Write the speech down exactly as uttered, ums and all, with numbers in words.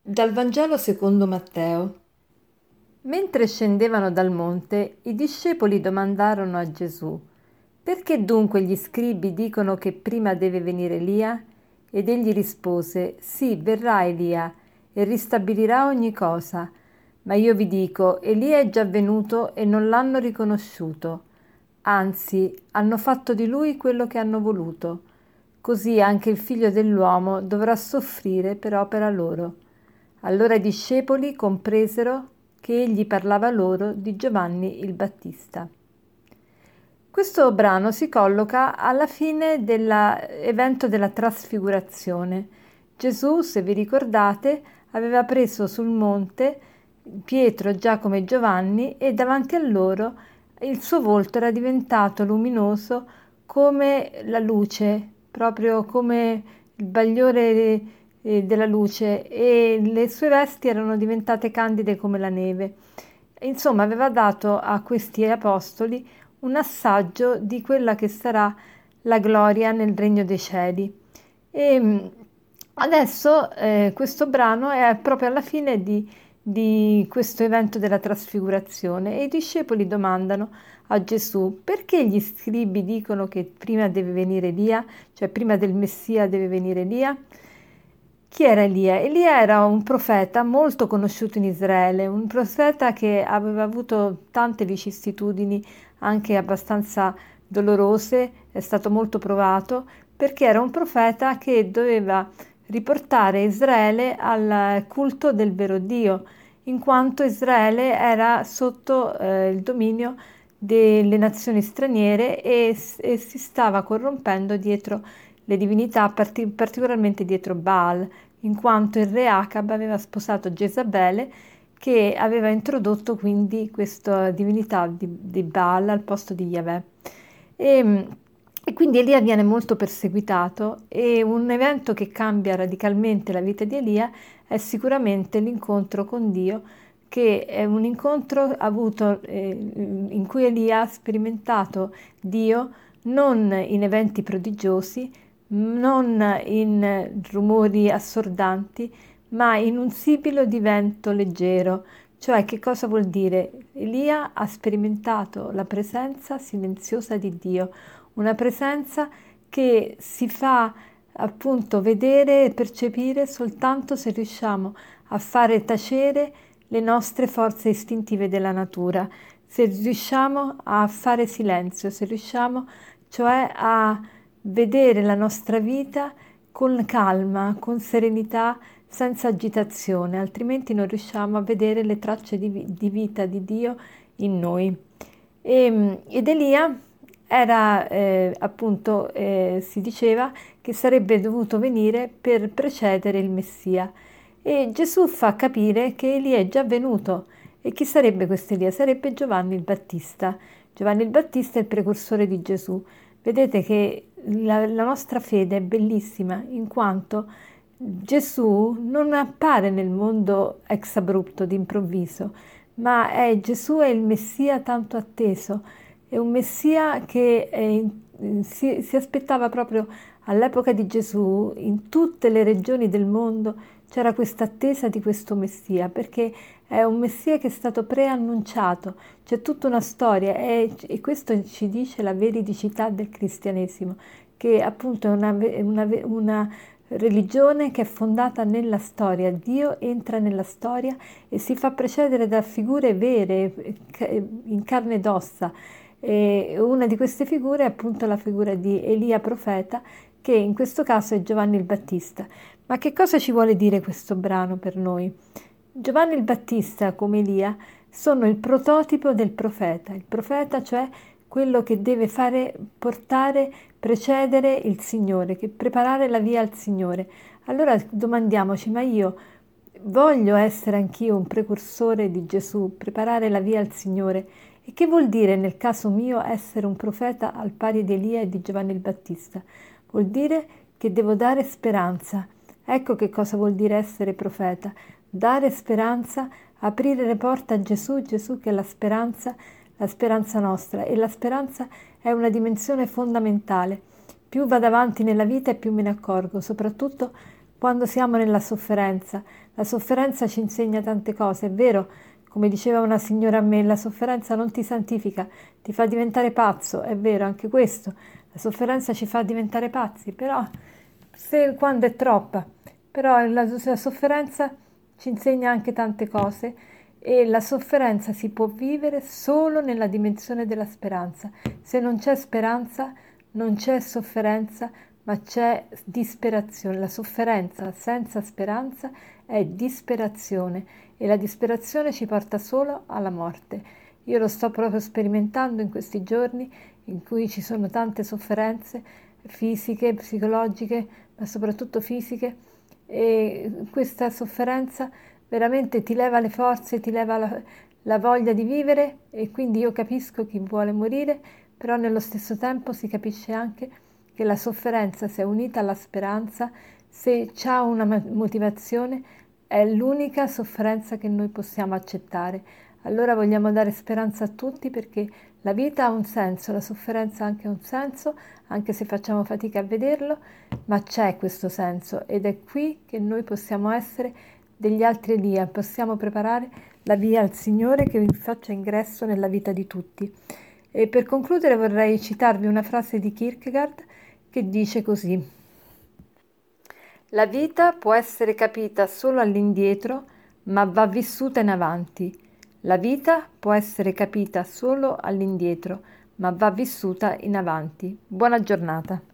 Dal Vangelo secondo Matteo. Mentre scendevano dal monte, i discepoli domandarono a Gesù: «Perché dunque gli scribi dicono che prima deve venire Elia?» Ed egli rispose: «Sì, verrà Elia e ristabilirà ogni cosa. Ma io vi dico, Elia è già venuto e non l'hanno riconosciuto. Anzi, hanno fatto di lui quello che hanno voluto. Così anche il figlio dell'uomo dovrà soffrire per opera loro». Allora i discepoli compresero che egli parlava loro di Giovanni il Battista. Questo brano si colloca alla fine dell'evento della trasfigurazione. Gesù, se vi ricordate, aveva preso sul monte Pietro, Giacomo e Giovanni e davanti a loro il suo volto era diventato luminoso come la luce, proprio come il bagliore eh, della luce, e le sue vesti erano diventate candide come la neve. Insomma, aveva dato a questi apostoli un assaggio di quella che sarà la gloria nel regno dei cieli. E adesso eh, questo brano è proprio alla fine di, di questo evento della trasfigurazione e i discepoli domandano a Gesù: perché gli scribi dicono che prima deve venire Elia, cioè prima del Messia deve venire Elia? Chi era Elia? Elia era un profeta molto conosciuto in Israele, un profeta che aveva avuto tante vicissitudini, anche abbastanza dolorose, è stato molto provato, perché era un profeta che doveva riportare Israele al culto del vero Dio, in quanto Israele era sotto eh, il dominio delle nazioni straniere e, e si stava corrompendo dietro le divinità, parti- particolarmente dietro Baal, in quanto il re Acab aveva sposato Gesabele, che aveva introdotto quindi questa divinità di, di Baal al posto di Yahweh. E, e quindi Elia viene molto perseguitato, e un evento che cambia radicalmente la vita di Elia è sicuramente l'incontro con Dio, che è un incontro avuto eh, in cui Elia ha sperimentato Dio non in eventi prodigiosi, non in rumori assordanti, ma in un sibilo di vento leggero. Cioè, che cosa vuol dire? Elia ha sperimentato la presenza silenziosa di Dio, una presenza che si fa appunto vedere e percepire soltanto se riusciamo a fare tacere le nostre forze istintive della natura, se riusciamo a fare silenzio, se riusciamo cioè a vedere la nostra vita con calma, con serenità, senza agitazione, altrimenti non riusciamo a vedere le tracce di, di vita di Dio in noi. E, ed Elia era eh, appunto, eh, si diceva che sarebbe dovuto venire per precedere il Messia. E Gesù fa capire che Elia è già venuto. E chi sarebbe questo Elia? Sarebbe Giovanni il Battista. Giovanni il Battista è il precursore di Gesù. Vedete che la, la nostra fede è bellissima, in quanto Gesù non appare nel mondo ex abrupto, d'improvviso, ma è Gesù è il Messia tanto atteso, è un Messia che è, si, si aspettava proprio all'epoca di Gesù, in tutte le regioni del mondo c'era questa attesa di questo Messia, perché è un Messia che è stato preannunciato, c'è tutta una storia e, e questo ci dice la veridicità del cristianesimo, che appunto è una, una, una religione che è fondata nella storia. Dio entra nella storia e si fa precedere da figure vere, in carne ed ossa. E una di queste figure è appunto la figura di Elia profeta, che in questo caso è Giovanni il Battista. Ma che cosa ci vuole dire questo brano per noi? Giovanni il Battista, come Elia, sono il prototipo del profeta, il profeta cioè quello che deve fare, portare, precedere il Signore, che preparare la via al Signore. Allora domandiamoci, ma io voglio essere anch'io un precursore di Gesù, preparare la via al Signore? E che vuol dire nel caso mio essere un profeta al pari di Elia e di Giovanni il Battista? Vuol dire che devo dare speranza. Ecco che cosa vuol dire essere profeta. Dare speranza, aprire le porte a Gesù, Gesù che è la speranza, la speranza nostra. E la speranza è una dimensione fondamentale. Più vado avanti nella vita e più me ne accorgo, soprattutto quando siamo nella sofferenza. La sofferenza ci insegna tante cose, è vero, come diceva una signora a me, la sofferenza non ti santifica, ti fa diventare pazzo, è vero anche questo, la sofferenza ci fa diventare pazzi, però se, quando è troppa, però la, la sofferenza ci insegna anche tante cose e la sofferenza si può vivere solo nella dimensione della speranza. Se non c'è speranza, non c'è sofferenza, ma c'è disperazione. La sofferenza senza speranza è disperazione e la disperazione ci porta solo alla morte. Io lo sto proprio sperimentando in questi giorni in cui ci sono tante sofferenze fisiche, psicologiche, ma soprattutto fisiche, e questa sofferenza veramente ti leva le forze, ti leva la, la voglia di vivere, e quindi io capisco chi vuole morire, però nello stesso tempo si capisce anche che la sofferenza, se è unita alla speranza, se ha una motivazione, è l'unica sofferenza che noi possiamo accettare. Allora vogliamo dare speranza a tutti, perché la vita ha un senso, la sofferenza ha anche un senso, anche se facciamo fatica a vederlo, ma c'è questo senso ed è qui che noi possiamo essere degli altri Elia, possiamo preparare la via al Signore che faccia ingresso nella vita di tutti. E per concludere vorrei citarvi una frase di Kierkegaard che dice così: la vita può essere capita solo all'indietro, ma va vissuta in avanti. La vita può essere capita solo all'indietro, ma va vissuta in avanti. Buona giornata.